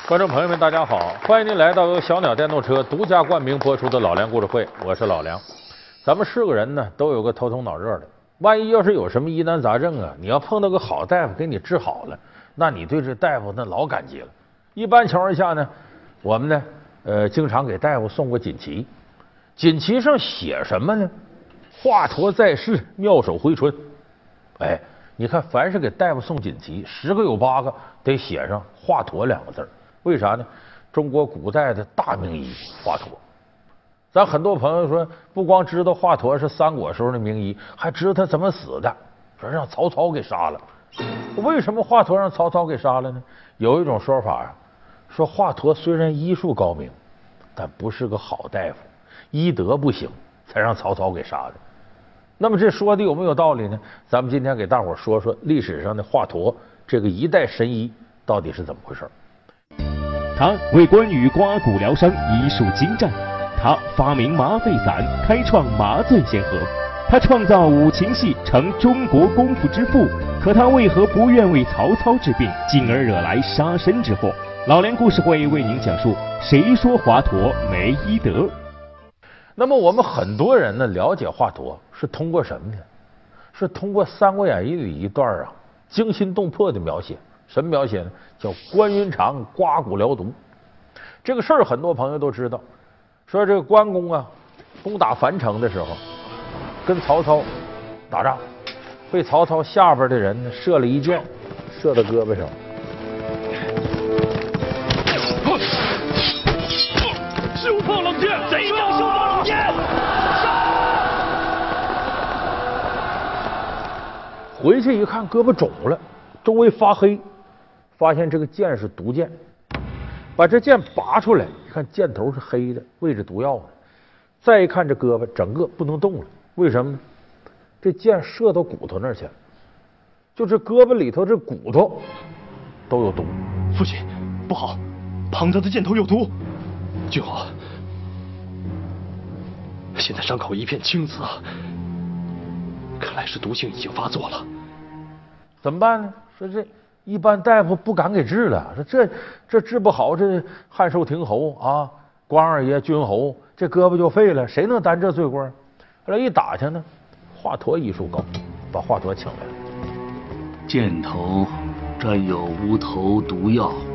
观众朋友们，大家好，欢迎您来到由小鸟电动车独家冠名播出的老梁故事会，我是老梁。咱们是个人呢，都有个头疼脑热的，万一要是有什么疑难杂症啊，你要碰到个好大夫给你治好了，那你对这大夫那老感激了。一般情况下呢，我们呢，经常给大夫送过锦旗，锦旗上写什么呢？华佗在世，妙手回春。哎，你看，凡是给大夫送锦旗，10个有8个得写上华佗2个字。为啥呢？中国古代的大名医华佗，咱很多朋友说，不光知道华佗是三国时候的名医，还知道他怎么死的，说让曹操给杀了。为什么华佗让曹操给杀了呢？有一种说法啊，说华佗虽然医术高明，但不是个好大夫，医德不行，才让曹操给杀的。那么这说的有没有道理呢？咱们今天给大伙说说历史上的华佗这个一代神医到底是怎么回事。 他为关羽刮骨疗伤，医术精湛；他发明麻沸散，开创麻醉先河；他创造五禽戏，成中国功夫之父。可他为何不愿为曹操治病，进而惹来杀身之祸？老梁故事会为您讲述：谁说华佗没医德？ 那么我们很多人呢了解华佗是通过什么呢？是通过《三国演义》里一段啊惊心动魄的描写。什么描写呢？叫关云长刮骨疗毒。这个事儿很多朋友都知道，说这个关公啊攻打樊城的时候，跟曹操打仗，被曹操下边的人呢射了一箭，射到胳膊上。 休破冷箭！贼将休破冷箭！ 回去一看，胳膊肿了，周围发黑。发现这个箭是毒箭，把这箭拔出来，一看箭头是黑的，喂着毒药呢。再一看这胳膊，整个不能动了，为什么呢？这箭射到骨头那儿去了，就这胳膊里头这骨头都有毒。 父亲，不好，庞德的箭头有毒。君王，现在伤口一片青紫啊，看来是毒性已经发作了。 怎么办呢？说这一般大夫不敢给治了，说这治不好，这汉寿亭侯啊，关二爷、君侯，这胳膊就废了，谁能担这罪过？后来一打听呢，华佗医术高，把华佗请来了。 箭头沾有无头毒药，